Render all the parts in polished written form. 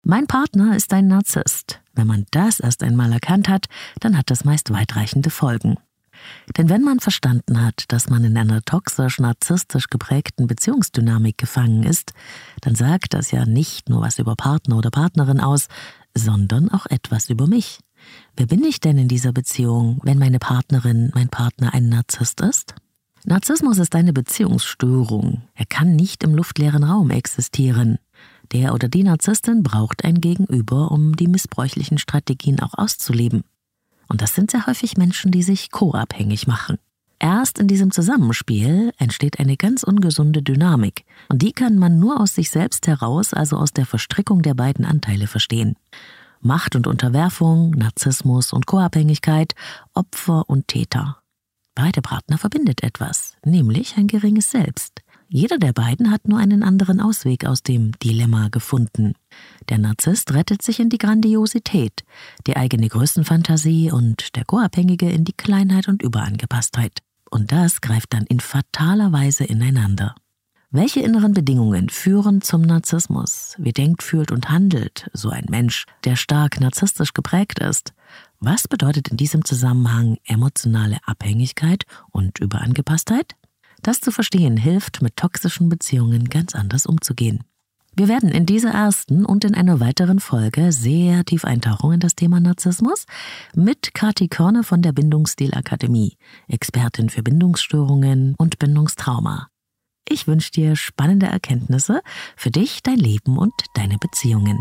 Mein Partner ist ein Narzisst. Wenn man das erst einmal erkannt hat, dann hat das meist weitreichende Folgen. Denn wenn man verstanden hat, dass man in einer toxisch-narzisstisch geprägten Beziehungsdynamik gefangen ist, dann sagt das ja nicht nur was über Partner oder Partnerin aus, sondern auch etwas über mich. Wer bin ich denn in dieser Beziehung, wenn meine Partnerin, mein Partner ein Narzisst ist? Narzissmus ist eine Beziehungsstörung. Er kann nicht im luftleeren Raum existieren. Der oder die Narzisstin braucht ein Gegenüber, um die missbräuchlichen Strategien auch auszuleben. Und das sind sehr häufig Menschen, die sich co-abhängig machen. Erst in diesem Zusammenspiel entsteht eine ganz ungesunde Dynamik. Und die kann man nur aus sich selbst heraus, also aus der Verstrickung der beiden Anteile verstehen. Macht und Unterwerfung, Narzissmus und Co-Abhängigkeit, Opfer und Täter. Beide Partner verbindet etwas, nämlich ein geringes Selbst. Jeder der beiden hat nur einen anderen Ausweg aus dem Dilemma gefunden. Der Narzisst rettet sich in die Grandiosität, die eigene Größenfantasie und der Co-Abhängige in die Kleinheit und Überangepasstheit. Und das greift dann in fataler Weise ineinander. Welche inneren Bedingungen führen zum Narzissmus? Wie denkt, fühlt und handelt so ein Mensch, der stark narzisstisch geprägt ist? Was bedeutet in diesem Zusammenhang emotionale Abhängigkeit und Überangepasstheit? Das zu verstehen hilft, mit toxischen Beziehungen ganz anders umzugehen. Wir werden in dieser ersten und in einer weiteren Folge sehr tief eintauchen in das Thema Narzissmus mit Kati Körner von der Bindungsstil-Akademie, Expertin für Bindungsstörungen und Bindungstrauma. Ich wünsche dir spannende Erkenntnisse für dich, dein Leben und deine Beziehungen.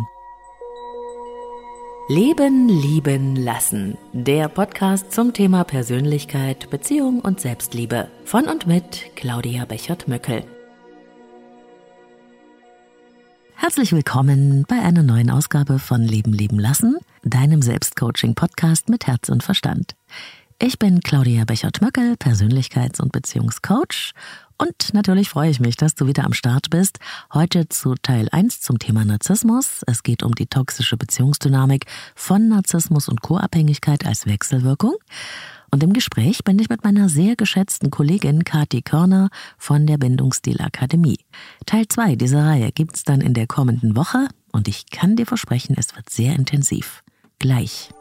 Leben, lieben, lassen. Der Podcast zum Thema Persönlichkeit, Beziehung und Selbstliebe. Von und mit Claudia Bechert-Möckel. Herzlich willkommen bei einer neuen Ausgabe von Leben, lieben, lassen, deinem Selbstcoaching-Podcast mit Herz und Verstand. Ich bin Claudia Bechert-Möckel, Persönlichkeits- und Beziehungscoach. Und natürlich freue ich mich, dass du wieder am Start bist. Heute zu Teil 1 zum Thema Narzissmus. Es geht um die toxische Beziehungsdynamik von Narzissmus und Co-Abhängigkeit als Wechselwirkung. Und im Gespräch bin ich mit meiner sehr geschätzten Kollegin Kati Körner von der Bindungsstil-Akademie. Teil 2 dieser Reihe gibt's dann in der kommenden Woche und ich kann dir versprechen, es wird sehr intensiv. Gleich.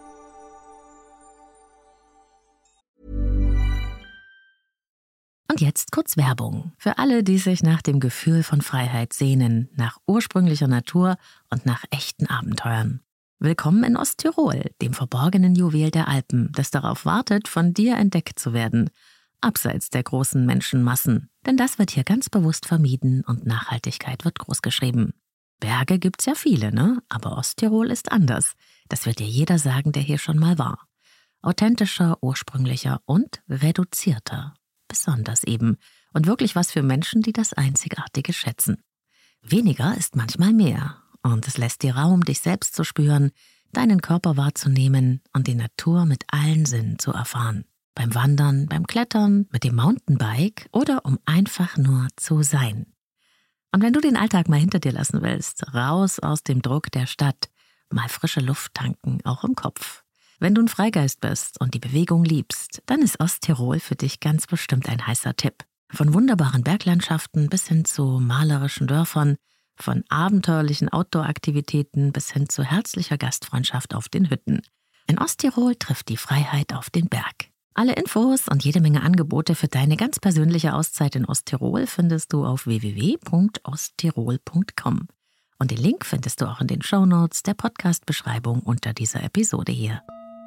Und jetzt kurz Werbung. Für alle, die sich nach dem Gefühl von Freiheit sehnen, nach ursprünglicher Natur und nach echten Abenteuern. Willkommen in Osttirol, dem verborgenen Juwel der Alpen, das darauf wartet, von dir entdeckt zu werden. Abseits der großen Menschenmassen. Denn das wird hier ganz bewusst vermieden und Nachhaltigkeit wird großgeschrieben. Berge gibt's ja viele, ne? Aber Osttirol ist anders. Das wird dir jeder sagen, der hier schon mal war. Authentischer, ursprünglicher und reduzierter. Besonders eben. Und wirklich was für Menschen, die das Einzigartige schätzen. Weniger ist manchmal mehr. Und es lässt dir Raum, dich selbst zu spüren, deinen Körper wahrzunehmen und die Natur mit allen Sinnen zu erfahren. Beim Wandern, beim Klettern, mit dem Mountainbike oder um einfach nur zu sein. Und wenn du den Alltag mal hinter dir lassen willst, raus aus dem Druck der Stadt, mal frische Luft tanken, auch im Kopf. Wenn du ein Freigeist bist und die Bewegung liebst, dann ist Osttirol für dich ganz bestimmt ein heißer Tipp. Von wunderbaren Berglandschaften bis hin zu malerischen Dörfern, von abenteuerlichen Outdoor-Aktivitäten bis hin zu herzlicher Gastfreundschaft auf den Hütten. In Osttirol trifft die Freiheit auf den Berg. Alle Infos und jede Menge Angebote für deine ganz persönliche Auszeit in Osttirol findest du auf www.osttirol.com. Und den Link findest du auch in den Shownotes der Podcast-Beschreibung unter dieser Episode hier.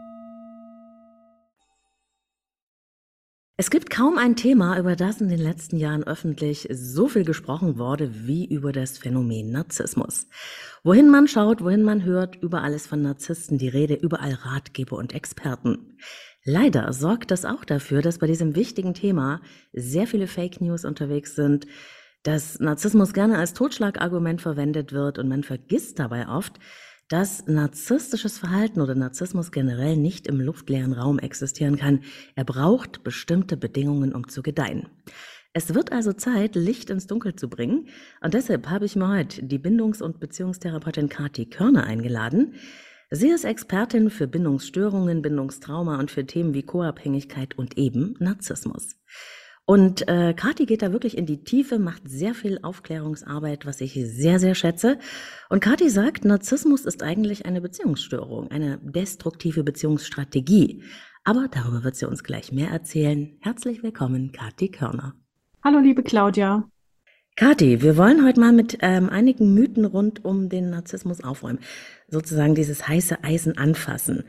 Es gibt kaum ein Thema, über das in den letzten Jahren öffentlich so viel gesprochen wurde, wie über das Phänomen Narzissmus. Wohin man schaut, wohin man hört, überall ist von Narzissten die Rede, überall Ratgeber und Experten. Leider sorgt das auch dafür, dass bei diesem wichtigen Thema sehr viele Fake News unterwegs sind, dass Narzissmus gerne als Totschlagargument verwendet wird und man vergisst dabei oft, dass narzisstisches Verhalten oder Narzissmus generell nicht im luftleeren Raum existieren kann. Er braucht bestimmte Bedingungen, um zu gedeihen. Es wird also Zeit, Licht ins Dunkel zu bringen. Und deshalb habe ich mir heute die Bindungs- und Beziehungstherapeutin Kati Körner eingeladen. Sie ist Expertin für Bindungsstörungen, Bindungstrauma und für Themen wie Co-Abhängigkeit und eben Narzissmus. Und Kathi geht da wirklich in die Tiefe, macht sehr viel Aufklärungsarbeit, was ich sehr, sehr schätze. Und Kathi sagt, Narzissmus ist eigentlich eine Beziehungsstörung, eine destruktive Beziehungsstrategie. Aber darüber wird sie uns gleich mehr erzählen. Herzlich willkommen, Kathi Körner. Hallo, liebe Claudia. Kathi, wir wollen heute mal mit einigen Mythen rund um den Narzissmus aufräumen. Sozusagen dieses heiße Eisen anfassen.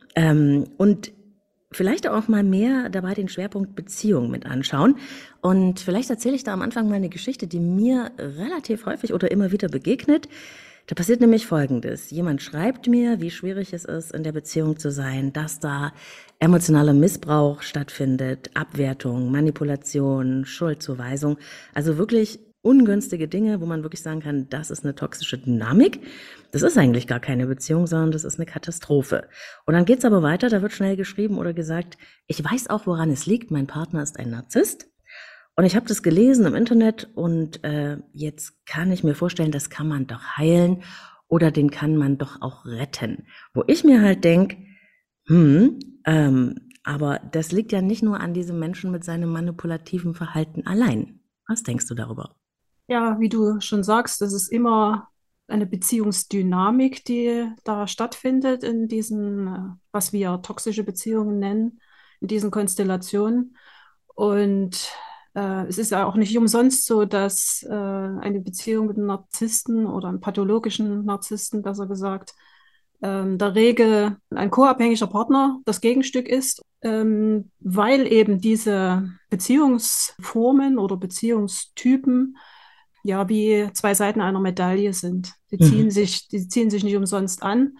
Und vielleicht auch mal mehr dabei den Schwerpunkt Beziehung mit anschauen. Und vielleicht erzähle ich da am Anfang mal eine Geschichte, die mir relativ häufig oder immer wieder begegnet. Da passiert nämlich Folgendes. Jemand schreibt mir, wie schwierig es ist, in der Beziehung zu sein, dass da emotionaler Missbrauch stattfindet, Abwertung, Manipulation, Schuldzuweisung. Also wirklich ungünstige Dinge, wo man wirklich sagen kann, das ist eine toxische Dynamik. Das ist eigentlich gar keine Beziehung, sondern das ist eine Katastrophe. Und dann geht's aber weiter, da wird schnell geschrieben oder gesagt, ich weiß auch, woran es liegt, mein Partner ist ein Narzisst. Und ich habe das gelesen im Internet und jetzt kann ich mir vorstellen, das kann man doch heilen oder den kann man doch auch retten. Wo ich mir halt denke, hm, aber das liegt ja nicht nur an diesem Menschen mit seinem manipulativen Verhalten allein. Was denkst du darüber? Ja, wie du schon sagst, das ist immer eine Beziehungsdynamik, die da stattfindet in diesen, was wir toxische Beziehungen nennen, in diesen Konstellationen. Und es ist ja auch nicht umsonst so, dass eine Beziehung mit einem Narzissten oder einem pathologischen Narzissten, besser gesagt, der Regel ein co-abhängiger Partner das Gegenstück ist, weil eben diese Beziehungsformen oder Beziehungstypen ja wie zwei Seiten einer Medaille sind. Mhm. Die ziehen sich nicht umsonst an,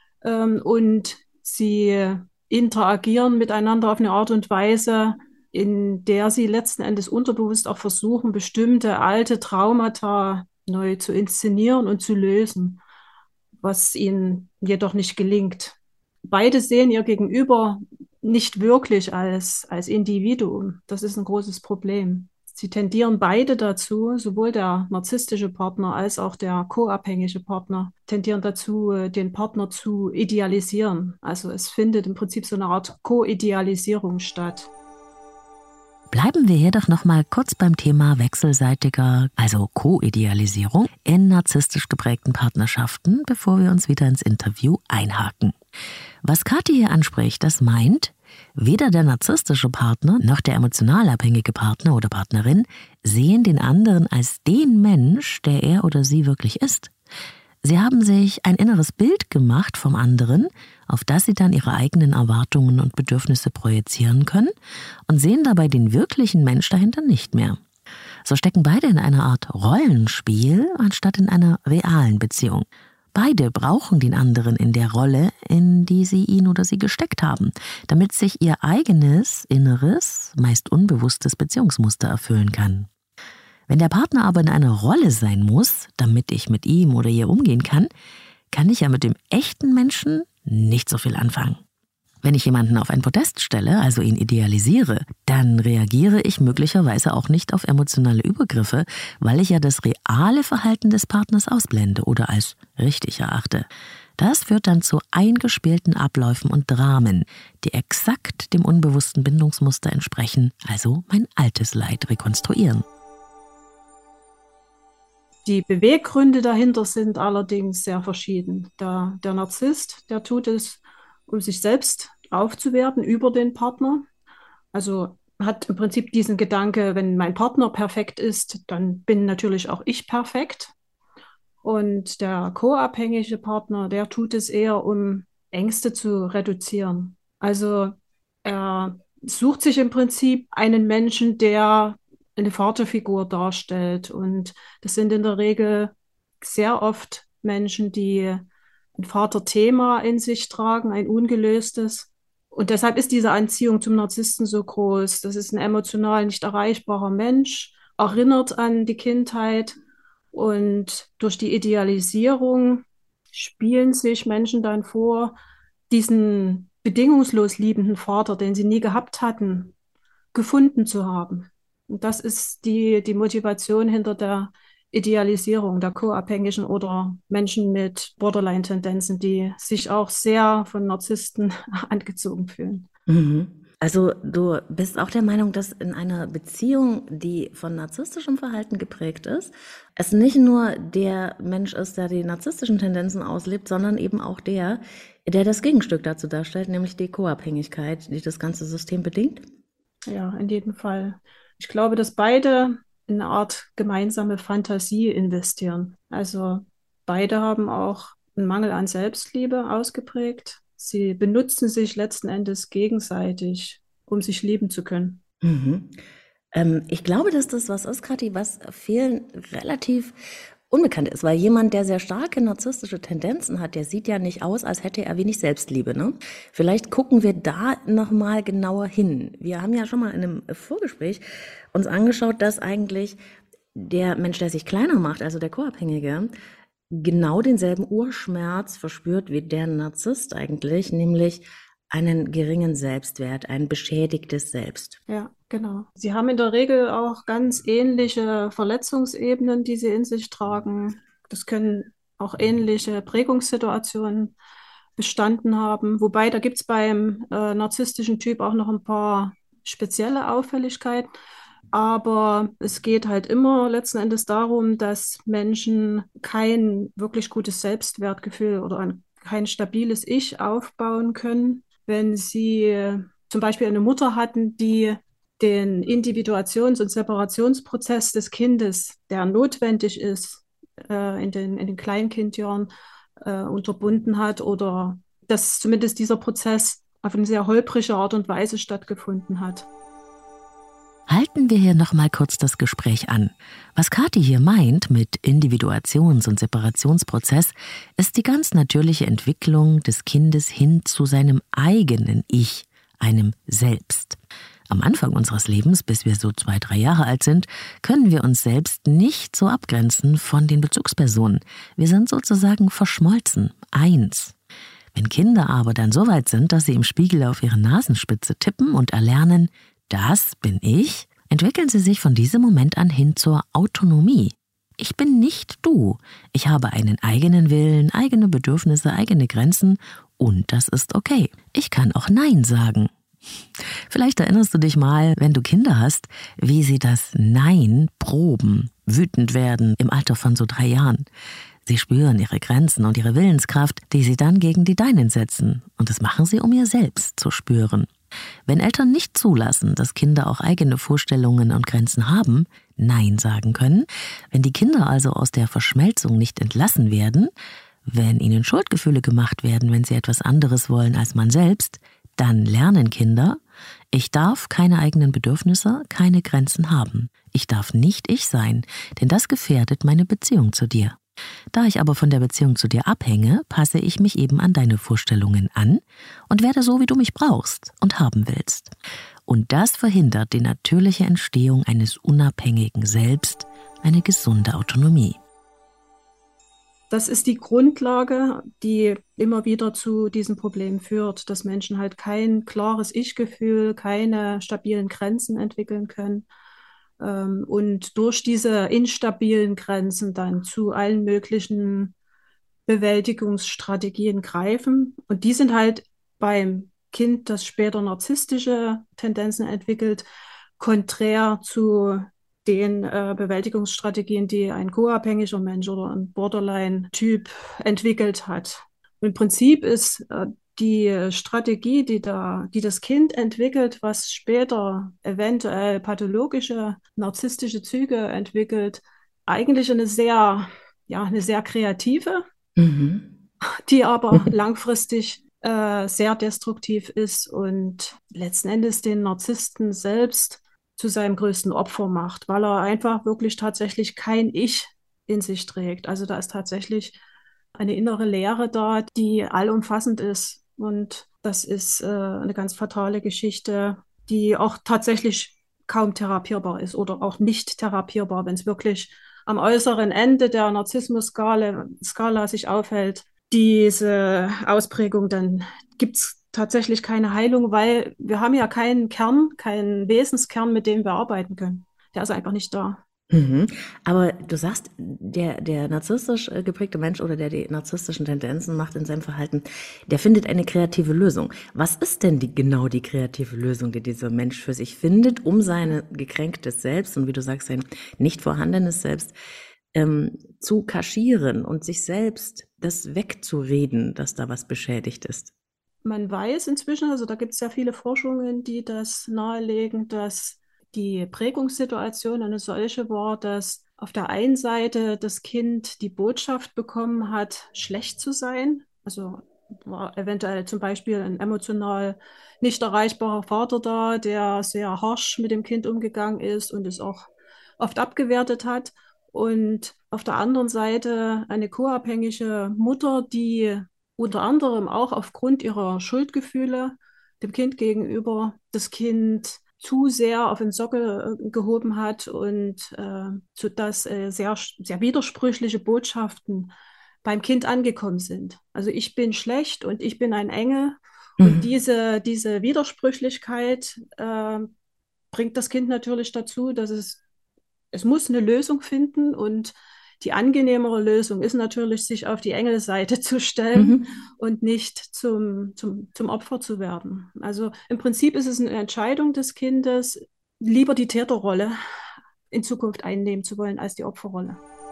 und sie interagieren miteinander auf eine Art und Weise, in der sie letzten Endes unterbewusst auch versuchen, bestimmte alte Traumata neu zu inszenieren und zu lösen, was ihnen jedoch nicht gelingt. Beide sehen ihr Gegenüber nicht wirklich als Individuum. Das ist ein großes Problem. Sie tendieren beide dazu, sowohl der narzisstische Partner als auch der co-abhängige Partner, tendieren dazu, den Partner zu idealisieren. Also es findet im Prinzip so eine Art Co-Idealisierung statt. Bleiben wir hier doch noch mal kurz beim Thema wechselseitiger, also Co-Idealisierung in narzisstisch geprägten Partnerschaften, bevor wir uns wieder ins Interview einhaken. Was Kathi hier anspricht, das meint, weder der narzisstische Partner noch der emotional abhängige Partner oder Partnerin sehen den anderen als den Mensch, der er oder sie wirklich ist. Sie haben sich ein inneres Bild gemacht vom anderen, auf das sie dann ihre eigenen Erwartungen und Bedürfnisse projizieren können und sehen dabei den wirklichen Mensch dahinter nicht mehr. So stecken beide in einer Art Rollenspiel anstatt in einer realen Beziehung. Beide brauchen den anderen in der Rolle, in die sie ihn oder sie gesteckt haben, damit sich ihr eigenes, inneres, meist unbewusstes Beziehungsmuster erfüllen kann. Wenn der Partner aber in einer Rolle sein muss, damit ich mit ihm oder ihr umgehen kann ich ja mit dem echten Menschen nicht so viel anfangen. Wenn ich jemanden auf ein Podest stelle, also ihn idealisiere, dann reagiere ich möglicherweise auch nicht auf emotionale Übergriffe, weil ich ja das reale Verhalten des Partners ausblende oder als richtig erachte. Das führt dann zu eingespielten Abläufen und Dramen, die exakt dem unbewussten Bindungsmuster entsprechen, also mein altes Leid rekonstruieren. Die Beweggründe dahinter sind allerdings sehr verschieden. Der Narzisst, der tut es, um sich selbst aufzuwerten über den Partner. Also hat im Prinzip diesen Gedanke, wenn mein Partner perfekt ist, dann bin natürlich auch ich perfekt. Und der co-abhängige Partner, der tut es eher, um Ängste zu reduzieren. Also er sucht sich im Prinzip einen Menschen, der eine Vaterfigur darstellt. Und das sind in der Regel sehr oft Menschen, die ein Vaterthema in sich tragen, ein ungelöstes. Und deshalb ist diese Anziehung zum Narzissten so groß. Das ist ein emotional nicht erreichbarer Mensch, erinnert an die Kindheit. Und durch die Idealisierung spielen sich Menschen dann vor, diesen bedingungslos liebenden Vater, den sie nie gehabt hatten, gefunden zu haben. Und das ist die Motivation hinter der Idealisierung der Co-Abhängigen oder Menschen mit Borderline-Tendenzen, die sich auch sehr von Narzissten angezogen fühlen. Mhm. Also du bist auch der Meinung, dass in einer Beziehung, die von narzisstischem Verhalten geprägt ist, es nicht nur der Mensch ist, der die narzisstischen Tendenzen auslebt, sondern eben auch der, der das Gegenstück dazu darstellt, nämlich die Co-Abhängigkeit, die das ganze System bedingt? Ja, in jedem Fall. Ich glaube, dass beide in eine Art gemeinsame Fantasie investieren. Also beide haben auch einen Mangel an Selbstliebe ausgeprägt. Sie benutzen sich letzten Endes gegenseitig, um sich lieben zu können. Mhm. Ich glaube, dass das was ist, Kathi, was vielen relativ unbekannt ist, weil jemand, der sehr starke narzisstische Tendenzen hat, der sieht ja nicht aus, als hätte er wenig Selbstliebe, ne? Vielleicht gucken wir da nochmal genauer hin. Wir haben ja schon mal in einem Vorgespräch uns angeschaut, dass eigentlich der Mensch, der sich kleiner macht, also der Co-Abhängige, genau denselben Urschmerz verspürt wie der Narzisst eigentlich, nämlich einen geringen Selbstwert, ein beschädigtes Selbst. Ja, genau. Sie haben in der Regel auch ganz ähnliche Verletzungsebenen, die sie in sich tragen. Das können auch ähnliche Prägungssituationen bestanden haben. Wobei, da gibt es beim narzisstischen Typ auch noch ein paar spezielle Auffälligkeiten. Aber es geht halt immer letzten Endes darum, dass Menschen kein wirklich gutes Selbstwertgefühl oder kein stabiles Ich aufbauen können, wenn sie zum Beispiel eine Mutter hatten, die den Individuations- und Separationsprozess des Kindes, der notwendig ist, in den Kleinkindjahren unterbunden hat oder dass zumindest dieser Prozess auf eine sehr holprige Art und Weise stattgefunden hat. Halten wir hier nochmal kurz das Gespräch an. Was Kathi hier meint mit Individuations- und Separationsprozess, ist die ganz natürliche Entwicklung des Kindes hin zu seinem eigenen Ich, einem Selbst. Am Anfang unseres Lebens, bis wir so 2, 3 Jahre alt sind, können wir uns selbst nicht so abgrenzen von den Bezugspersonen. Wir sind sozusagen verschmolzen, eins. Wenn Kinder aber dann so weit sind, dass sie im Spiegel auf ihre Nasenspitze tippen und erlernen, das bin ich, entwickeln sie sich von diesem Moment an hin zur Autonomie. Ich bin nicht du. Ich habe einen eigenen Willen, eigene Bedürfnisse, eigene Grenzen und das ist okay. Ich kann auch Nein sagen. Vielleicht erinnerst du dich mal, wenn du Kinder hast, wie sie das Nein proben, wütend werden im Alter von so 3 Jahren. Sie spüren ihre Grenzen und ihre Willenskraft, die sie dann gegen die deinen setzen. Und das machen sie, um ihr selbst zu spüren. Wenn Eltern nicht zulassen, dass Kinder auch eigene Vorstellungen und Grenzen haben, Nein sagen können, wenn die Kinder also aus der Verschmelzung nicht entlassen werden, wenn ihnen Schuldgefühle gemacht werden, wenn sie etwas anderes wollen als man selbst, dann lernen Kinder, ich darf keine eigenen Bedürfnisse, keine Grenzen haben. Ich darf nicht ich sein, denn das gefährdet meine Beziehung zu dir. Da ich aber von der Beziehung zu dir abhänge, passe ich mich eben an deine Vorstellungen an und werde so, wie du mich brauchst und haben willst. Und das verhindert die natürliche Entstehung eines unabhängigen Selbst, eine gesunde Autonomie. Das ist die Grundlage, die immer wieder zu diesem Problem führt, dass Menschen halt kein klares Ich-Gefühl, keine stabilen Grenzen entwickeln können und durch diese instabilen Grenzen dann zu allen möglichen Bewältigungsstrategien greifen. Und die sind halt beim Kind, das später narzisstische Tendenzen entwickelt, konträr zu den Bewältigungsstrategien, die ein co-abhängiger Mensch oder ein Borderline-Typ entwickelt hat. Im Prinzip ist die Strategie, die das Kind entwickelt, was später eventuell pathologische, narzisstische Züge entwickelt, eigentlich eine sehr kreative, Mhm. die aber langfristig sehr destruktiv ist und letzten Endes den Narzissten selbst zu seinem größten Opfer macht, weil er einfach wirklich tatsächlich kein Ich in sich trägt. Also da ist tatsächlich eine innere Leere da, die allumfassend ist. Und das ist eine ganz fatale Geschichte, die auch tatsächlich kaum therapierbar ist oder auch nicht therapierbar, wenn es wirklich am äußeren Ende der Narzissmus-Skala sich aufhält, diese Ausprägung, dann gibt es tatsächlich keine Heilung, weil wir haben ja keinen Kern, keinen Wesenskern, mit dem wir arbeiten können. Der ist einfach nicht da. Mhm. Aber du sagst, der narzisstisch geprägte Mensch oder der die narzisstischen Tendenzen macht in seinem Verhalten, der findet eine kreative Lösung. Was ist denn genau die kreative Lösung, die dieser Mensch für sich findet, um sein gekränktes Selbst und wie du sagst, sein nicht vorhandenes Selbst zu kaschieren und sich selbst das wegzureden, dass da was beschädigt ist? Man weiß inzwischen, also da gibt es ja viele Forschungen, die das nahelegen, dass die Prägungssituation eine solche war, dass auf der einen Seite das Kind die Botschaft bekommen hat, schlecht zu sein. Also war eventuell zum Beispiel ein emotional nicht erreichbarer Vater da, der sehr harsch mit dem Kind umgegangen ist und es auch oft abgewertet hat. Und auf der anderen Seite eine co-abhängige Mutter, die unter anderem auch aufgrund ihrer Schuldgefühle dem Kind gegenüber das Kind zu sehr auf den Sockel gehoben hat und sodass sehr widersprüchliche Botschaften beim Kind angekommen sind. Also ich bin schlecht und ich bin ein Engel. Und Mhm. diese Widersprüchlichkeit bringt das Kind natürlich dazu, dass es muss eine Lösung finden und die angenehmere Lösung ist natürlich, sich auf die Engelseite zu stellen Mhm. und nicht zum Opfer zu werden. Also im Prinzip ist es eine Entscheidung des Kindes, lieber die Täterrolle in Zukunft einnehmen zu wollen als die Opferrolle.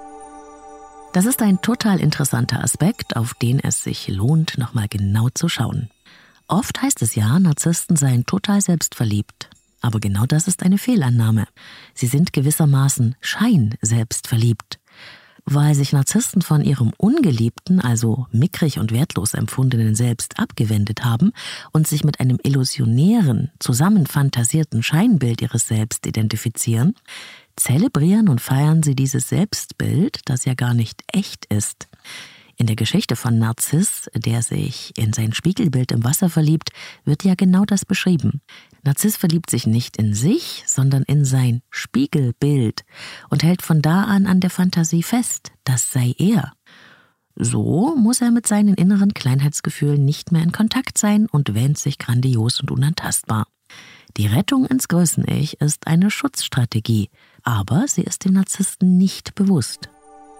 Das ist ein total interessanter Aspekt, auf den es sich lohnt, nochmal genau zu schauen. Oft heißt es ja, Narzissten seien total selbstverliebt. Aber genau das ist eine Fehlannahme. Sie sind gewissermaßen scheinselbstverliebt. Weil sich Narzissten von ihrem ungeliebten, also mickrig und wertlos empfundenen Selbst abgewendet haben und sich mit einem illusionären, zusammenfantasierten Scheinbild ihres Selbst identifizieren, zelebrieren und feiern sie dieses Selbstbild, das ja gar nicht echt ist. In der Geschichte von Narziss, der sich in sein Spiegelbild im Wasser verliebt, wird ja genau das beschrieben. Narziss verliebt sich nicht in sich, sondern in sein Spiegelbild und hält von da an der Fantasie fest, das sei er. So muss er mit seinen inneren Kleinheitsgefühlen nicht mehr in Kontakt sein und wähnt sich grandios und unantastbar. Die Rettung ins Größen-Ich ist eine Schutzstrategie, aber sie ist dem Narzissten nicht bewusst.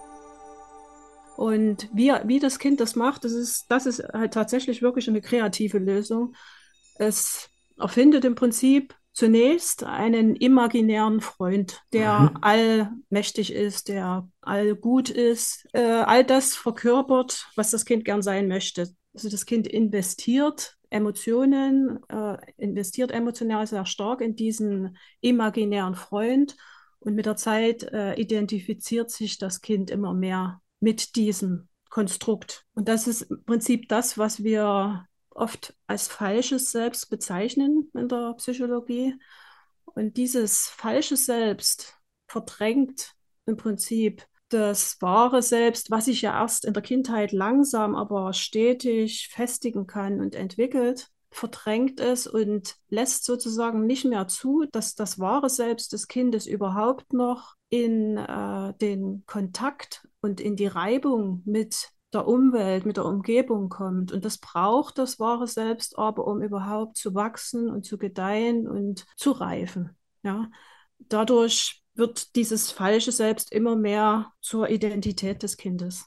Und wie das Kind das macht, das ist halt tatsächlich wirklich eine kreative Lösung. Es erfindet im Prinzip zunächst einen imaginären Freund, der Mhm. allmächtig ist, der allgut ist, all das verkörpert, was das Kind gern sein möchte. Also das Kind investiert Emotionen, investiert emotional sehr stark in diesen imaginären Freund und mit der Zeit identifiziert sich das Kind immer mehr mit diesem Konstrukt. Und das ist im Prinzip das, was wir oft als falsches Selbst bezeichnen in der Psychologie. Und dieses falsche Selbst verdrängt im Prinzip das wahre Selbst, was sich ja erst in der Kindheit langsam, aber stetig festigen kann und entwickelt, verdrängt es und lässt sozusagen nicht mehr zu, dass das wahre Selbst des Kindes überhaupt noch in den Kontakt und in die Reibung mit der Umwelt, mit der Umgebung kommt. Und das braucht das wahre Selbst aber, um überhaupt zu wachsen und zu gedeihen und zu reifen. Ja? Dadurch wird dieses falsche Selbst immer mehr zur Identität des Kindes.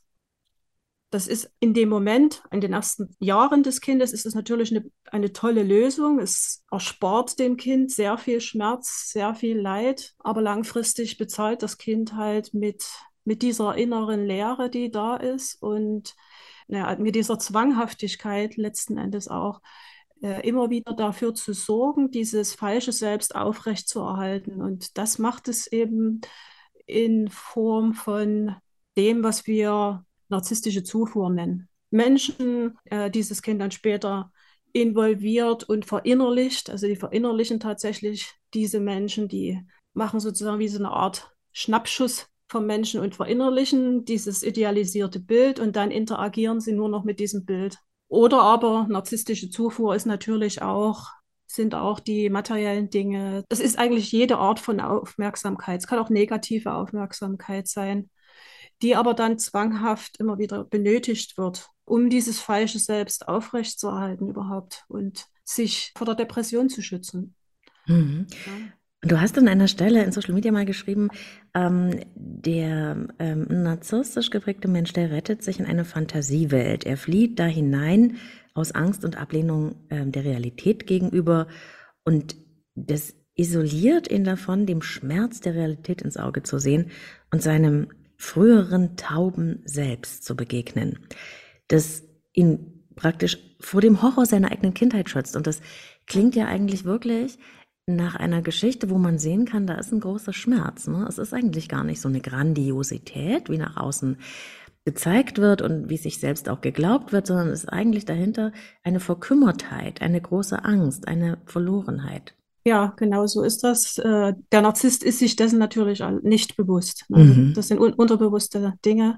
Das ist in dem Moment, in den ersten Jahren des Kindes, ist es natürlich eine tolle Lösung. Es erspart dem Kind sehr viel Schmerz, sehr viel Leid, aber langfristig bezahlt das Kind halt mit dieser inneren Leere, die da ist und ja, mit dieser Zwanghaftigkeit letzten Endes auch immer wieder dafür zu sorgen, dieses falsche Selbst aufrechtzuerhalten. Und das macht es eben in Form von dem, was wir narzisstische Zufuhr nennen. Menschen, dieses Kind dann später involviert und verinnerlicht, also die verinnerlichen tatsächlich diese Menschen, die machen sozusagen wie so eine Art Schnappschuss vom Menschen und verinnerlichen dieses idealisierte Bild und dann interagieren sie nur noch mit diesem Bild. Oder aber narzisstische Zufuhr ist natürlich auch, sind auch die materiellen Dinge. Das ist eigentlich jede Art von Aufmerksamkeit. Es kann auch negative Aufmerksamkeit sein, die aber dann zwanghaft immer wieder benötigt wird, um dieses falsche Selbst aufrechtzuerhalten überhaupt und sich vor der Depression zu schützen. Mhm. Ja. Du hast an einer Stelle in Social Media mal geschrieben, der narzisstisch geprägte Mensch, der rettet sich in eine Fantasiewelt. Er flieht da hinein aus Angst und Ablehnung der Realität gegenüber und das isoliert ihn davon, dem Schmerz der Realität ins Auge zu sehen und seinem früheren tauben Selbst zu begegnen, das ihn praktisch vor dem Horror seiner eigenen Kindheit schützt. Und das klingt ja eigentlich wirklich nach einer Geschichte, wo man sehen kann, da ist ein großer Schmerz. Ne? Es ist eigentlich gar nicht so eine Grandiosität, wie nach außen gezeigt wird und wie sich selbst auch geglaubt wird, sondern es ist eigentlich dahinter eine Verkümmertheit, eine große Angst, eine Verlorenheit. Ja, genau so ist das. Der Narzisst ist sich dessen natürlich nicht bewusst. Also Mhm. das sind unterbewusste Dinge.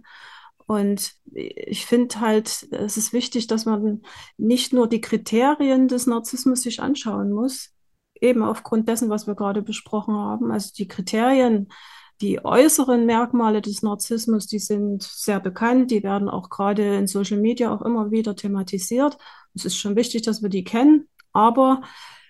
Und ich finde halt, es ist wichtig, dass man nicht nur die Kriterien des Narzissmus sich anschauen muss, eben aufgrund dessen, was wir gerade besprochen haben. Also die Kriterien, die äußeren Merkmale des Narzissmus, die sind sehr bekannt, die werden auch gerade in Social Media auch immer wieder thematisiert. Es ist schon wichtig, dass wir die kennen, aber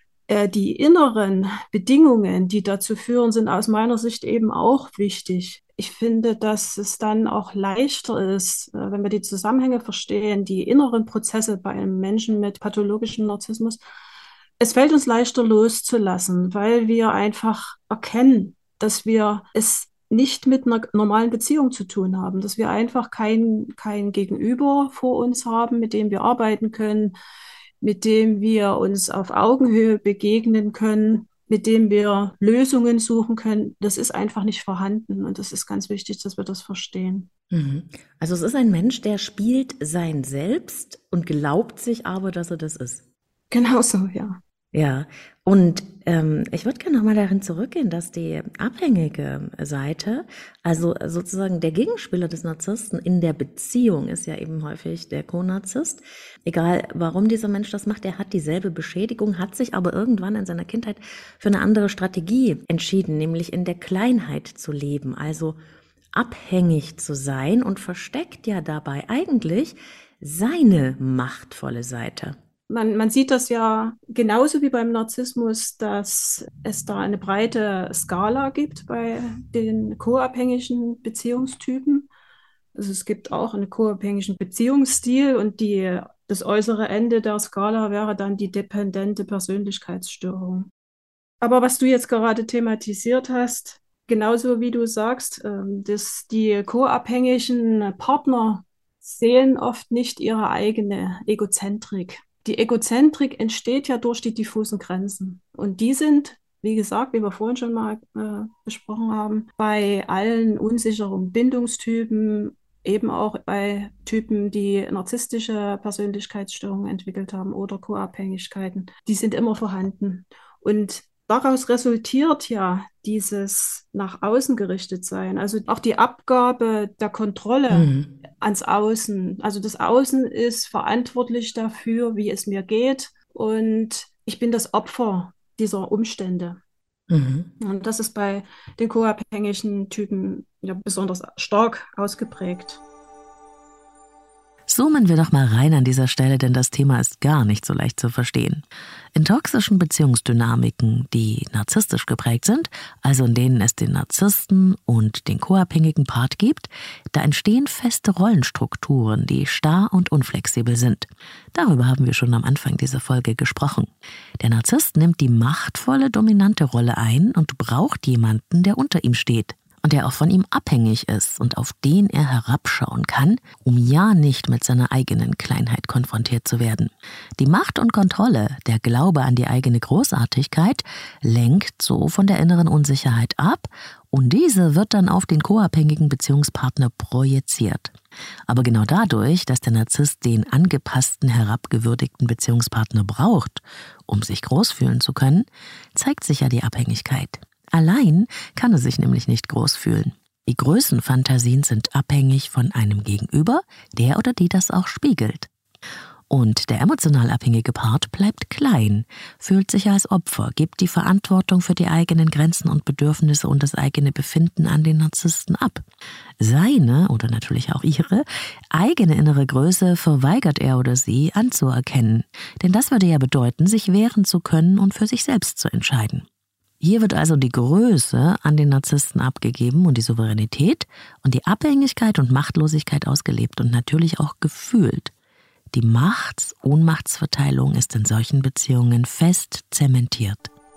die inneren Bedingungen, die dazu führen, sind aus meiner Sicht eben auch wichtig. Ich finde, dass es dann auch leichter ist, wenn wir die Zusammenhänge verstehen, die inneren Prozesse bei einem Menschen mit pathologischem Narzissmus. Es fällt uns leichter loszulassen, weil wir einfach erkennen, dass wir es nicht mit einer normalen Beziehung zu tun haben, dass wir einfach kein Gegenüber vor uns haben, mit dem wir arbeiten können, mit dem wir uns auf Augenhöhe begegnen können, mit dem wir Lösungen suchen können. Das ist einfach nicht vorhanden und das ist ganz wichtig, dass wir das verstehen. Mhm. Also es ist ein Mensch, der spielt sein Selbst und glaubt sich aber, dass er das ist. Genauso, ja. Ja, und ich würde gerne nochmal dahin zurückgehen, dass die abhängige Seite, also sozusagen der Gegenspieler des Narzissten in der Beziehung ist ja eben häufig der Co-Narzisst. Egal, warum dieser Mensch das macht, er hat dieselbe Beschädigung, hat sich aber irgendwann in seiner Kindheit für eine andere Strategie entschieden, nämlich in der Kleinheit zu leben, also abhängig zu sein und versteckt ja dabei eigentlich seine machtvolle Seite. Man sieht das ja genauso wie beim Narzissmus, dass es da eine breite Skala gibt bei den co-abhängigen Beziehungstypen. Also es gibt auch einen co-abhängigen Beziehungsstil und das äußere Ende der Skala wäre dann die dependente Persönlichkeitsstörung. Aber was du jetzt gerade thematisiert hast, genauso wie du sagst, dass die co-abhängigen Partner sehen oft nicht ihre eigene Egozentrik. Die Egozentrik entsteht ja durch die diffusen Grenzen. Und die sind, wie gesagt, wie wir vorhin schon mal besprochen haben, bei allen unsicheren Bindungstypen, eben auch bei Typen, die narzisstische Persönlichkeitsstörungen entwickelt haben oder Co-Abhängigkeiten, die sind immer vorhanden. Und daraus resultiert ja dieses nach außen gerichtet sein, also auch die Abgabe der Kontrolle Mhm. ans Außen. Also das Außen ist verantwortlich dafür, wie es mir geht und ich bin das Opfer dieser Umstände. Mhm. Und das ist bei den co-abhängigen Typen ja besonders stark ausgeprägt. Zoomen wir doch mal rein an dieser Stelle, denn das Thema ist gar nicht so leicht zu verstehen. In toxischen Beziehungsdynamiken, die narzisstisch geprägt sind, also in denen es den Narzissten und den co-abhängigen Part gibt, da entstehen feste Rollenstrukturen, die starr und unflexibel sind. Darüber haben wir schon am Anfang dieser Folge gesprochen. Der Narzisst nimmt die machtvolle, dominante Rolle ein und braucht jemanden, der unter ihm steht und der auch von ihm abhängig ist und auf den er herabschauen kann, um ja nicht mit seiner eigenen Kleinheit konfrontiert zu werden. Die Macht und Kontrolle, der Glaube an die eigene Großartigkeit, lenkt so von der inneren Unsicherheit ab und diese wird dann auf den co-abhängigen Beziehungspartner projiziert. Aber genau dadurch, dass der Narzisst den angepassten, herabgewürdigten Beziehungspartner braucht, um sich groß fühlen zu können, zeigt sich ja die Abhängigkeit. Allein kann er sich nämlich nicht groß fühlen. Die Größenfantasien sind abhängig von einem Gegenüber, der oder die das auch spiegelt. Und der emotional abhängige Part bleibt klein, fühlt sich als Opfer, gibt die Verantwortung für die eigenen Grenzen und Bedürfnisse und das eigene Befinden an den Narzissten ab. Seine, oder natürlich auch ihre, eigene innere Größe verweigert er oder sie anzuerkennen. Denn das würde ja bedeuten, sich wehren zu können und für sich selbst zu entscheiden. Hier wird also die Größe an den Narzissten abgegeben und die Souveränität und die Abhängigkeit und Machtlosigkeit ausgelebt und natürlich auch gefühlt. Die Ohnmachtsverteilung ist in solchen Beziehungen fest zementiert.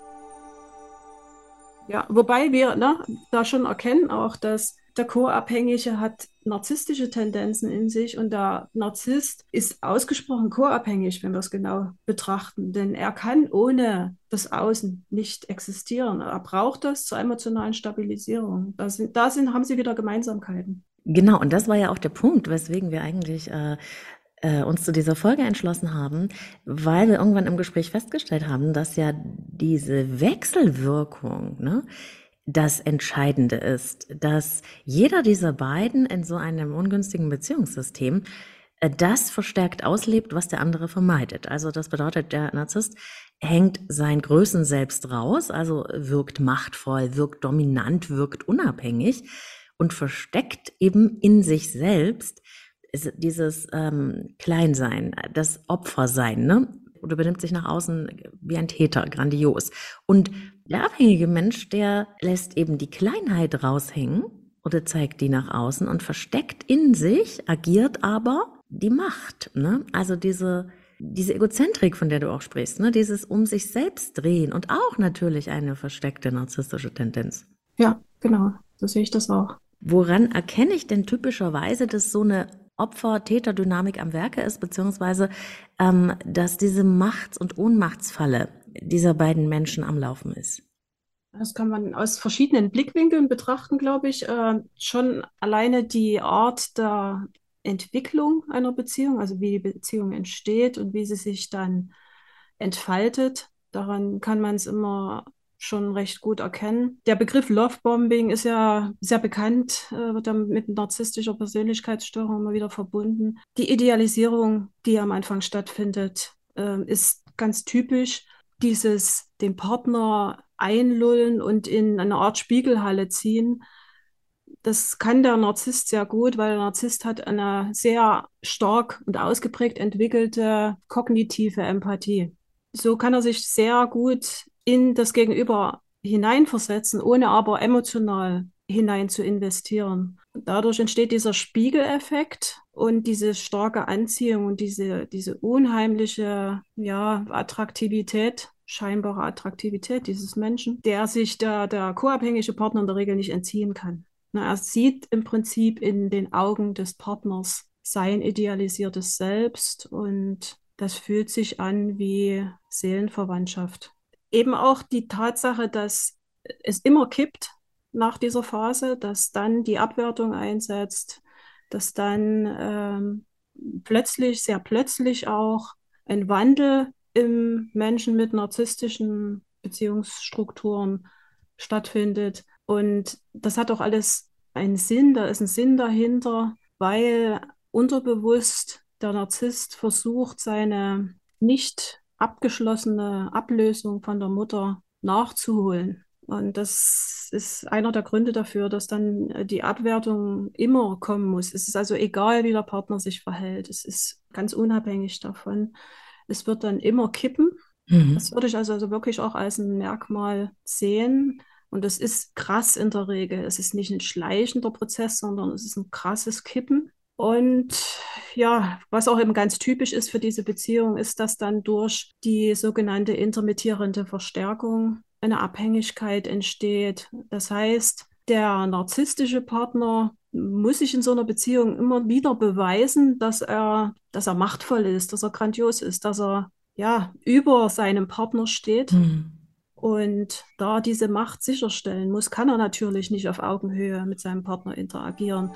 Ja, wobei wir da schon erkennen auch, dass der Co-Abhängige hat narzisstische Tendenzen in sich und der Narzisst ist ausgesprochen co-abhängig, wenn wir es genau betrachten. Denn er kann ohne das Außen nicht existieren. Er braucht das zur emotionalen Stabilisierung. Haben sie wieder Gemeinsamkeiten. Genau, und das war ja auch der Punkt, weswegen wir eigentlich uns zu dieser Folge entschlossen haben, weil wir irgendwann im Gespräch festgestellt haben, dass ja diese Wechselwirkung, das Entscheidende ist, dass jeder dieser beiden in so einem ungünstigen Beziehungssystem das verstärkt auslebt, was der andere vermeidet. Also das bedeutet, der Narzisst hängt sein Größenselbst raus, also wirkt machtvoll, wirkt dominant, wirkt unabhängig und versteckt eben in sich selbst dieses Kleinsein, das Opfersein, oder benimmt sich nach außen wie ein Täter, grandios. Und der abhängige Mensch, der lässt eben die Kleinheit raushängen oder zeigt die nach außen und versteckt in sich, agiert aber die Macht. Also diese Egozentrik, von der du auch sprichst, dieses um sich selbst drehen und auch natürlich eine versteckte narzisstische Tendenz. Ja, genau, so sehe ich das auch. Woran erkenne ich denn typischerweise, dass so eine Opfer-Täter-Dynamik am Werke ist, beziehungsweise dass diese Machts- und Ohnmachtsfalle dieser beiden Menschen am Laufen ist? Das kann man aus verschiedenen Blickwinkeln betrachten, glaube ich. Schon alleine die Art der Entwicklung einer Beziehung, also wie die Beziehung entsteht und wie sie sich dann entfaltet. Daran kann man es immer schon recht gut erkennen. Der Begriff Lovebombing ist ja sehr bekannt, wird dann mit narzisstischer Persönlichkeitsstörung immer wieder verbunden. Die Idealisierung, die am Anfang stattfindet, ist ganz typisch. Dieses den Partner einlullen und in eine Art Spiegelhalle ziehen. Das kann der Narzisst sehr gut, weil der Narzisst hat eine sehr stark und ausgeprägt entwickelte kognitive Empathie. So kann er sich sehr gut in das Gegenüber hineinversetzen, ohne aber emotional hinein zu investieren. Dadurch entsteht dieser Spiegeleffekt und diese starke Anziehung und diese unheimliche Attraktivität, scheinbare Attraktivität dieses Menschen, der sich der co-abhängige Partner in der Regel nicht entziehen kann. Er sieht im Prinzip in den Augen des Partners sein idealisiertes Selbst und das fühlt sich an wie Seelenverwandtschaft. Eben auch die Tatsache, dass es immer kippt nach dieser Phase, dass dann die Abwertung einsetzt, dass dann sehr plötzlich auch ein Wandel im Menschen mit narzisstischen Beziehungsstrukturen stattfindet. Und das hat auch alles einen Sinn, da ist ein Sinn dahinter, weil unterbewusst der Narzisst versucht, seine nicht abgeschlossene Ablösung von der Mutter nachzuholen. Und das ist einer der Gründe dafür, dass dann die Abwertung immer kommen muss. Es ist also egal, wie der Partner sich verhält. Es ist ganz unabhängig davon. Es wird dann immer kippen. Das würde ich also wirklich auch als ein Merkmal sehen. Und das ist krass in der Regel. Es ist nicht ein schleichender Prozess, sondern es ist ein krasses Kippen. Und ja, was auch eben ganz typisch ist für diese Beziehung, ist, dass dann durch die sogenannte intermittierende Verstärkung eine Abhängigkeit entsteht. Das heißt, der narzisstische Partner muss sich in so einer Beziehung immer wieder beweisen, dass er machtvoll ist, dass er grandios ist, dass er über seinem Partner steht. Und da diese Macht sicherstellen muss, kann er natürlich nicht auf Augenhöhe mit seinem Partner interagieren.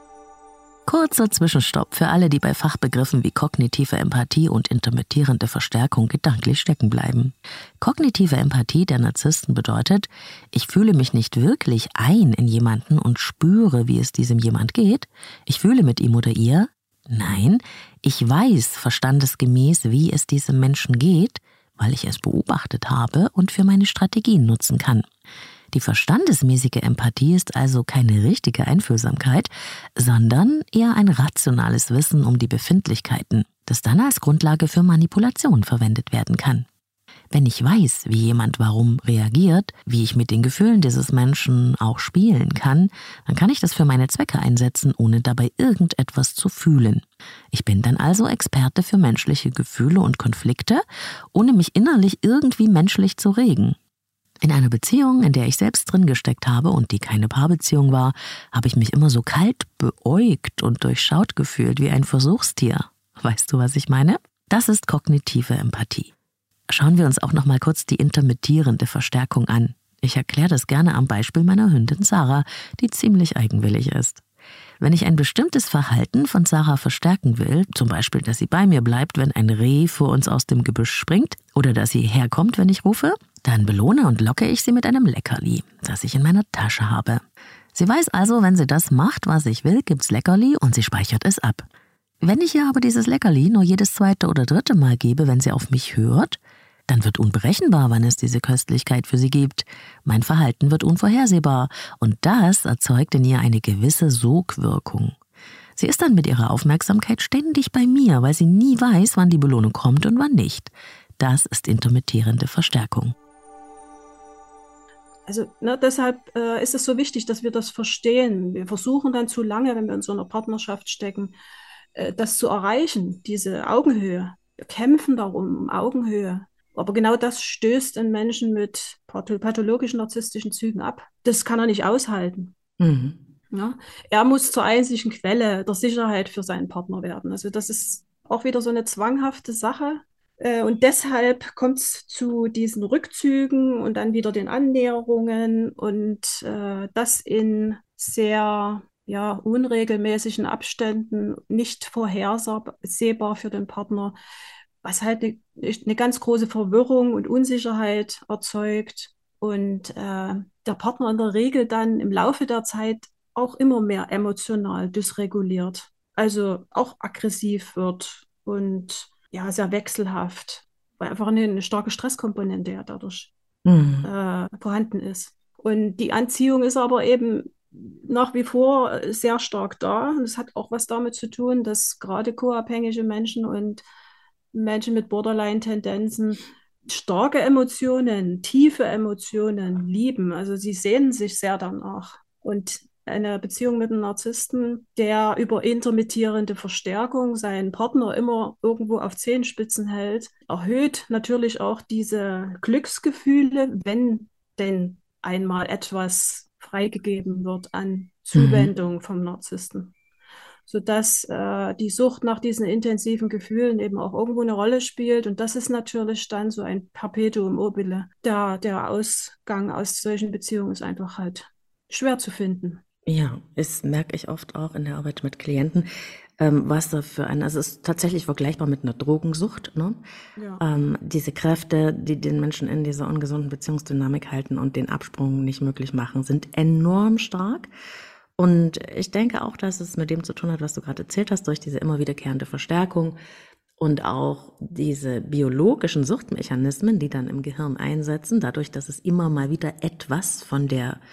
Kurzer Zwischenstopp für alle, die bei Fachbegriffen wie kognitive Empathie und intermittierende Verstärkung gedanklich stecken bleiben. Kognitive Empathie der Narzissten bedeutet, ich fühle mich nicht wirklich ein in jemanden und spüre, wie es diesem jemand geht. Ich fühle mit ihm oder ihr. Nein, ich weiß verstandesgemäß, wie es diesem Menschen geht, weil ich es beobachtet habe und für meine Strategien nutzen kann. Die verstandesmäßige Empathie ist also keine richtige Einfühlsamkeit, sondern eher ein rationales Wissen um die Befindlichkeiten, das dann als Grundlage für Manipulation verwendet werden kann. Wenn ich weiß, wie jemand warum reagiert, wie ich mit den Gefühlen dieses Menschen auch spielen kann, dann kann ich das für meine Zwecke einsetzen, ohne dabei irgendetwas zu fühlen. Ich bin dann also Experte für menschliche Gefühle und Konflikte, ohne mich innerlich irgendwie menschlich zu regen. In einer Beziehung, in der ich selbst drin gesteckt habe und die keine Paarbeziehung war, habe ich mich immer so kalt beäugt und durchschaut gefühlt wie ein Versuchstier. Weißt du, was ich meine? Das ist kognitive Empathie. Schauen wir uns auch noch mal kurz die intermittierende Verstärkung an. Ich erkläre das gerne am Beispiel meiner Hündin Sarah, die ziemlich eigenwillig ist. Wenn ich ein bestimmtes Verhalten von Sarah verstärken will, zum Beispiel, dass sie bei mir bleibt, wenn ein Reh vor uns aus dem Gebüsch springt, oder dass sie herkommt, wenn ich rufe, dann belohne und locke ich sie mit einem Leckerli, das ich in meiner Tasche habe. Sie weiß also, wenn sie das macht, was ich will, gibt's Leckerli und sie speichert es ab. Wenn ich ihr aber dieses Leckerli nur jedes zweite oder dritte Mal gebe, wenn sie auf mich hört, dann wird unberechenbar, wann es diese Köstlichkeit für sie gibt. Mein Verhalten wird unvorhersehbar und das erzeugt in ihr eine gewisse Sogwirkung. Sie ist dann mit ihrer Aufmerksamkeit ständig bei mir, weil sie nie weiß, wann die Belohnung kommt und wann nicht. Das ist intermittierende Verstärkung. Also deshalb ist es so wichtig, dass wir das verstehen. Wir versuchen dann zu lange, wenn wir in so einer Partnerschaft stecken, das zu erreichen, diese Augenhöhe. Wir kämpfen darum, um Augenhöhe. Aber genau das stößt in Menschen mit pathologischen narzisstischen Zügen ab. Das kann er nicht aushalten. Mhm. Ja? Er muss zur einzigen Quelle der Sicherheit für seinen Partner werden. Also das ist auch wieder so eine zwanghafte Sache. Und deshalb kommt es zu diesen Rückzügen und dann wieder den Annäherungen und das in sehr unregelmäßigen Abständen, nicht vorhersehbar für den Partner, was halt eine ganz große Verwirrung und Unsicherheit erzeugt und der Partner in der Regel dann im Laufe der Zeit auch immer mehr emotional dysreguliert, also auch aggressiv wird und ja, sehr wechselhaft, weil einfach eine starke Stresskomponente ja dadurch Mhm. vorhanden ist. Und die Anziehung ist aber eben nach wie vor sehr stark da. Und es hat auch was damit zu tun, dass gerade co-abhängige Menschen und Menschen mit Borderline-Tendenzen starke Emotionen, tiefe Emotionen lieben. Also sie sehnen sich sehr danach. Und eine Beziehung mit einem Narzissten, der über intermittierende Verstärkung seinen Partner immer irgendwo auf Zehenspitzen hält, erhöht natürlich auch diese Glücksgefühle, wenn denn einmal etwas freigegeben wird an Mhm. Zuwendung vom Narzissten, sodass die Sucht nach diesen intensiven Gefühlen eben auch irgendwo eine Rolle spielt. Und das ist natürlich dann so ein Perpetuum mobile. Der Ausgang aus solchen Beziehungen ist einfach halt schwer zu finden. Ja, das merke ich oft auch in der Arbeit mit Klienten, was da für ein, also es ist tatsächlich vergleichbar mit einer Drogensucht, ne? Ja. Diese Kräfte, die den Menschen in dieser ungesunden Beziehungsdynamik halten und den Absprung nicht möglich machen, sind enorm stark. Und ich denke auch, dass es mit dem zu tun hat, was du gerade erzählt hast, durch diese immer wiederkehrende Verstärkung und auch diese biologischen Suchtmechanismen, die dann im Gehirn einsetzen, dadurch, dass es immer mal wieder etwas von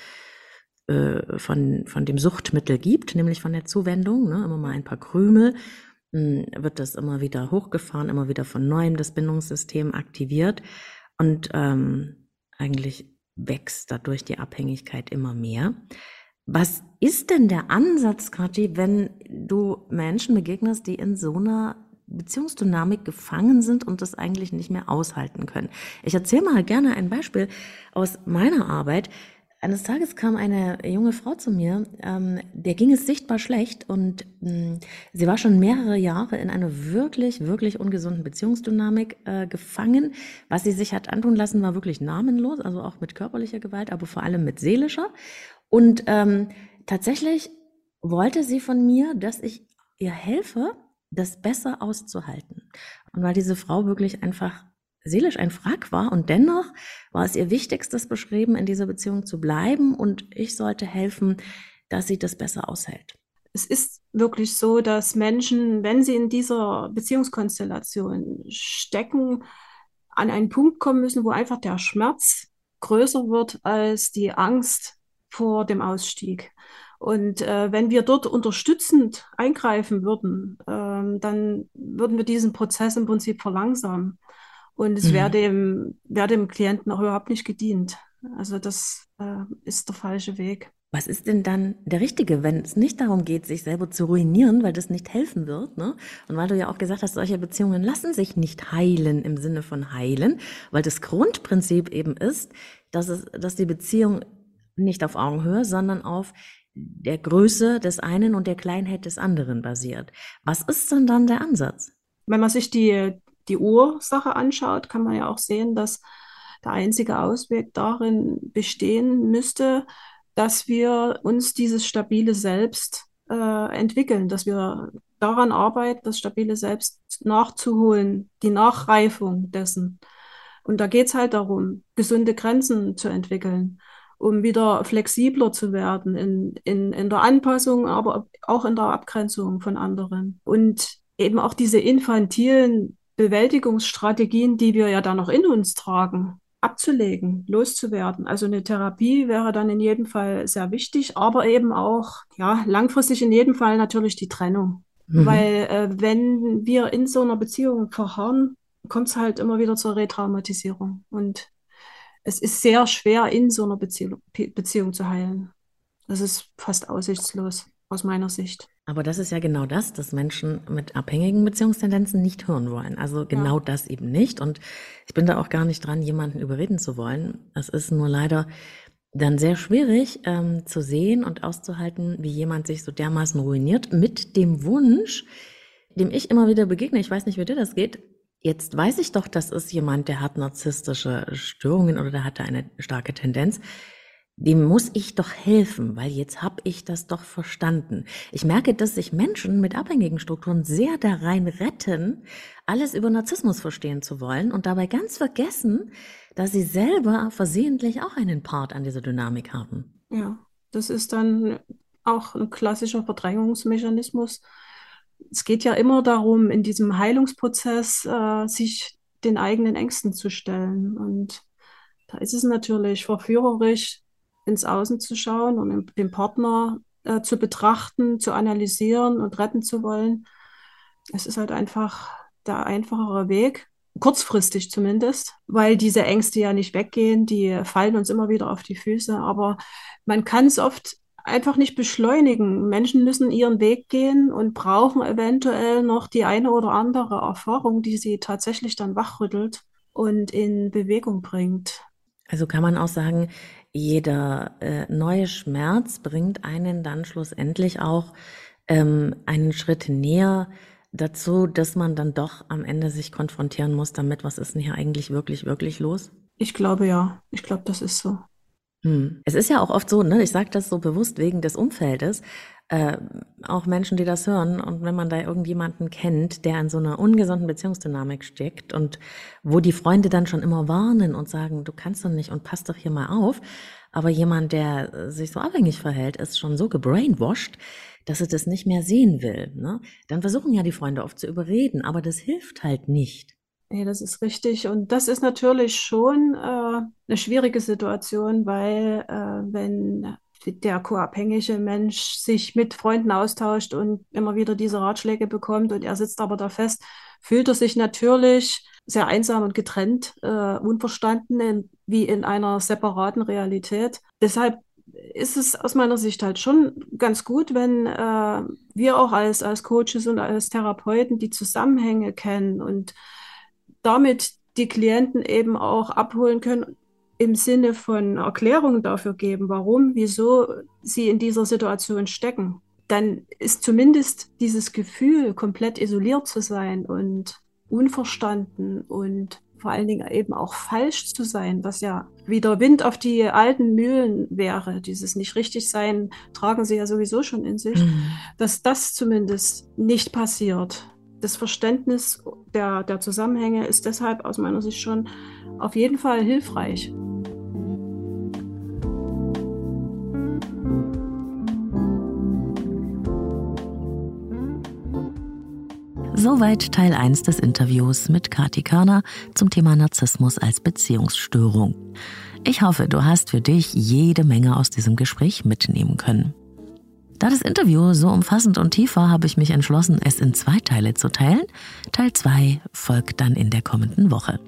von dem Suchtmittel gibt, nämlich von der Zuwendung, ne, immer mal ein paar Krümel, wird das immer wieder hochgefahren, immer wieder von neuem das Bindungssystem aktiviert und eigentlich wächst dadurch die Abhängigkeit immer mehr. Was ist denn der Ansatz, Kathi, wenn du Menschen begegnest, die in so einer Beziehungsdynamik gefangen sind und das eigentlich nicht mehr aushalten können? Ich erzähle mal gerne ein Beispiel aus meiner Arbeit. Eines Tages kam eine junge Frau zu mir, der ging es sichtbar schlecht und sie war schon mehrere Jahre in einer wirklich, wirklich ungesunden Beziehungsdynamik gefangen. Was sie sich hat antun lassen, war wirklich namenlos, also auch mit körperlicher Gewalt, aber vor allem mit seelischer. Und tatsächlich wollte sie von mir, dass ich ihr helfe, das besser auszuhalten. Und weil diese Frau wirklich einfach seelisch ein Wrack war und dennoch war es ihr Wichtigstes beschrieben, in dieser Beziehung zu bleiben und ich sollte helfen, dass sie das besser aushält. Es ist wirklich so, dass Menschen, wenn sie in dieser Beziehungskonstellation stecken, an einen Punkt kommen müssen, wo einfach der Schmerz größer wird als die Angst vor dem Ausstieg. Und wenn wir dort unterstützend eingreifen würden, dann würden wir diesen Prozess im Prinzip verlangsamen. Und es wäre dem Klienten auch überhaupt nicht gedient. Also das ist der falsche Weg. Was ist denn dann der richtige, wenn es nicht darum geht, sich selber zu ruinieren, weil das nicht helfen wird, ne? Und weil du ja auch gesagt hast, solche Beziehungen lassen sich nicht heilen im Sinne von heilen, weil das Grundprinzip eben ist, dass die Beziehung nicht auf Augenhöhe, sondern auf der Größe des einen und der Kleinheit des anderen basiert. Was ist denn dann der Ansatz? Wenn man sich die Ursache anschaut, kann man ja auch sehen, dass der einzige Ausweg darin bestehen müsste, dass wir uns dieses stabile Selbst entwickeln, dass wir daran arbeiten, das stabile Selbst nachzuholen, die Nachreifung dessen. Und da geht es halt darum, gesunde Grenzen zu entwickeln, um wieder flexibler zu werden in der Anpassung, aber auch in der Abgrenzung von anderen. Und eben auch diese infantilen Bewältigungsstrategien, die wir ja da noch in uns tragen, abzulegen, loszuwerden. Also eine Therapie wäre dann in jedem Fall sehr wichtig, aber eben auch, ja, langfristig in jedem Fall natürlich die Trennung. Weil wenn wir in so einer Beziehung verharren, kommt es halt immer wieder zur Retraumatisierung. Und es ist sehr schwer, in so einer Beziehung zu heilen. Das ist fast aussichtslos aus meiner Sicht. Aber das ist ja genau das, dass Menschen mit abhängigen Beziehungstendenzen nicht hören wollen. Also genau das eben nicht. Und ich bin da auch gar nicht dran, jemanden überreden zu wollen. Es ist nur leider dann sehr schwierig zu sehen und auszuhalten, wie jemand sich so dermaßen ruiniert mit dem Wunsch, dem ich immer wieder begegne. Ich weiß nicht, wie dir das geht. Jetzt weiß ich doch, das ist jemand, der hat narzisstische Störungen oder der hatte eine starke Tendenz. Dem muss ich doch helfen, weil jetzt habe ich das doch verstanden. Ich merke, dass sich Menschen mit abhängigen Strukturen sehr da rein retten, alles über Narzissmus verstehen zu wollen und dabei ganz vergessen, dass sie selber versehentlich auch einen Part an dieser Dynamik haben. Ja, das ist dann auch ein klassischer Verdrängungsmechanismus. Es geht ja immer darum, in diesem Heilungsprozess sich den eigenen Ängsten zu stellen. Und da ist es natürlich verführerisch, ins Außen zu schauen und den Partner zu betrachten, zu analysieren und retten zu wollen. Es ist halt einfach der einfachere Weg, kurzfristig zumindest, weil diese Ängste ja nicht weggehen, die fallen uns immer wieder auf die Füße, aber man kann es oft einfach nicht beschleunigen. Menschen müssen ihren Weg gehen und brauchen eventuell noch die eine oder andere Erfahrung, die sie tatsächlich dann wachrüttelt und in Bewegung bringt. Also kann man auch sagen, jeder neue Schmerz bringt einen dann schlussendlich auch einen Schritt näher dazu, dass man dann doch am Ende sich konfrontieren muss damit, was ist denn hier eigentlich wirklich, wirklich los? Ich glaube ja, ich glaube, das ist so. Es ist ja auch oft so, ne, ich sage das so bewusst wegen des Umfeldes, auch Menschen, die das hören und wenn man da irgendjemanden kennt, der in so einer ungesunden Beziehungsdynamik steckt und wo die Freunde dann schon immer warnen und sagen, du kannst doch nicht und pass doch hier mal auf, aber jemand, der sich so abhängig verhält, ist schon so gebrainwashed, dass er das nicht mehr sehen will, ne? Dann versuchen ja die Freunde oft zu überreden, aber das hilft halt nicht. Ja, das ist richtig. Und das ist natürlich schon eine schwierige Situation, weil wenn der co-abhängige Mensch sich mit Freunden austauscht und immer wieder diese Ratschläge bekommt und er sitzt aber da fest, fühlt er sich natürlich sehr einsam und getrennt, unverstanden, wie in einer separaten Realität. Deshalb ist es aus meiner Sicht halt schon ganz gut, wenn wir auch als Coaches und als Therapeuten die Zusammenhänge kennen und damit die Klienten eben auch abholen können, im Sinne von Erklärungen dafür geben, warum, wieso sie in dieser Situation stecken. Dann ist zumindest dieses Gefühl, komplett isoliert zu sein und unverstanden und vor allen Dingen eben auch falsch zu sein, was ja wieder Wind auf die alten Mühlen wäre. Dieses Nicht-Richtig-Sein tragen sie ja sowieso schon in sich, dass das zumindest nicht passiert. Das Verständnis der Zusammenhänge ist deshalb aus meiner Sicht schon auf jeden Fall hilfreich. Soweit Teil 1 des Interviews mit Kati Körner zum Thema Narzissmus als Beziehungsstörung. Ich hoffe, du hast für dich jede Menge aus diesem Gespräch mitnehmen können. Da das Interview so umfassend und tief war, habe ich mich entschlossen, es in 2 Teile zu teilen. Teil 2 folgt dann in der kommenden Woche.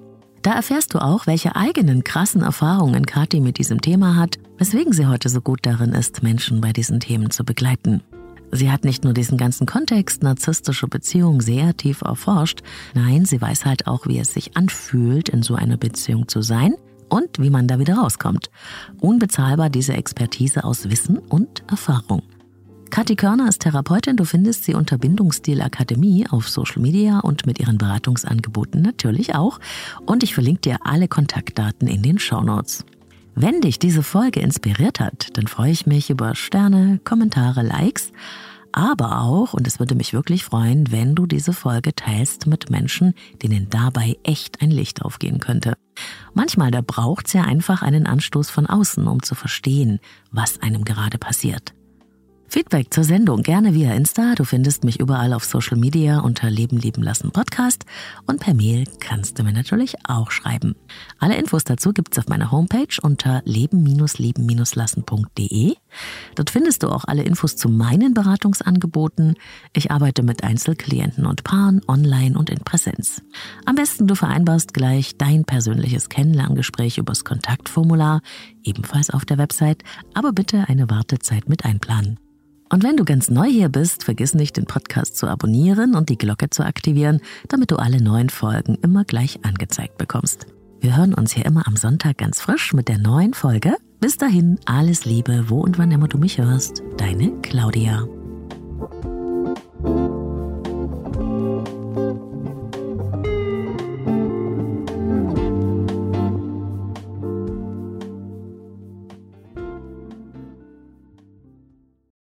Da erfährst du auch, welche eigenen krassen Erfahrungen Kathi mit diesem Thema hat, weswegen sie heute so gut darin ist, Menschen bei diesen Themen zu begleiten. Sie hat nicht nur diesen ganzen Kontext narzisstischer Beziehung sehr tief erforscht, nein, sie weiß halt auch, wie es sich anfühlt, in so einer Beziehung zu sein und wie man da wieder rauskommt. Unbezahlbar diese Expertise aus Wissen und Erfahrung. Kathi Körner ist Therapeutin, du findest sie unter Bindungsstil Akademie auf Social Media und mit ihren Beratungsangeboten natürlich auch. Und ich verlinke dir alle Kontaktdaten in den Shownotes. Wenn dich diese Folge inspiriert hat, dann freue ich mich über Sterne, Kommentare, Likes, aber auch, und es würde mich wirklich freuen, wenn du diese Folge teilst mit Menschen, denen dabei echt ein Licht aufgehen könnte. Manchmal, da braucht es ja einfach einen Anstoß von außen, um zu verstehen, was einem gerade passiert. Feedback zur Sendung gerne via Insta. Du findest mich überall auf Social Media unter Leben lieben lassen Podcast und per Mail kannst du mir natürlich auch schreiben. Alle Infos dazu gibt's auf meiner Homepage unter leben-lieben-lassen.de. Dort findest du auch alle Infos zu meinen Beratungsangeboten. Ich arbeite mit Einzelklienten und Paaren online und in Präsenz. Am besten du vereinbarst gleich dein persönliches Kennenlerngespräch übers Kontaktformular, ebenfalls auf der Website, aber bitte eine Wartezeit mit einplanen. Und wenn du ganz neu hier bist, vergiss nicht, den Podcast zu abonnieren und die Glocke zu aktivieren, damit du alle neuen Folgen immer gleich angezeigt bekommst. Wir hören uns hier immer am Sonntag ganz frisch mit der neuen Folge. Bis dahin, alles Liebe, wo und wann immer du mich hörst. Deine Claudia.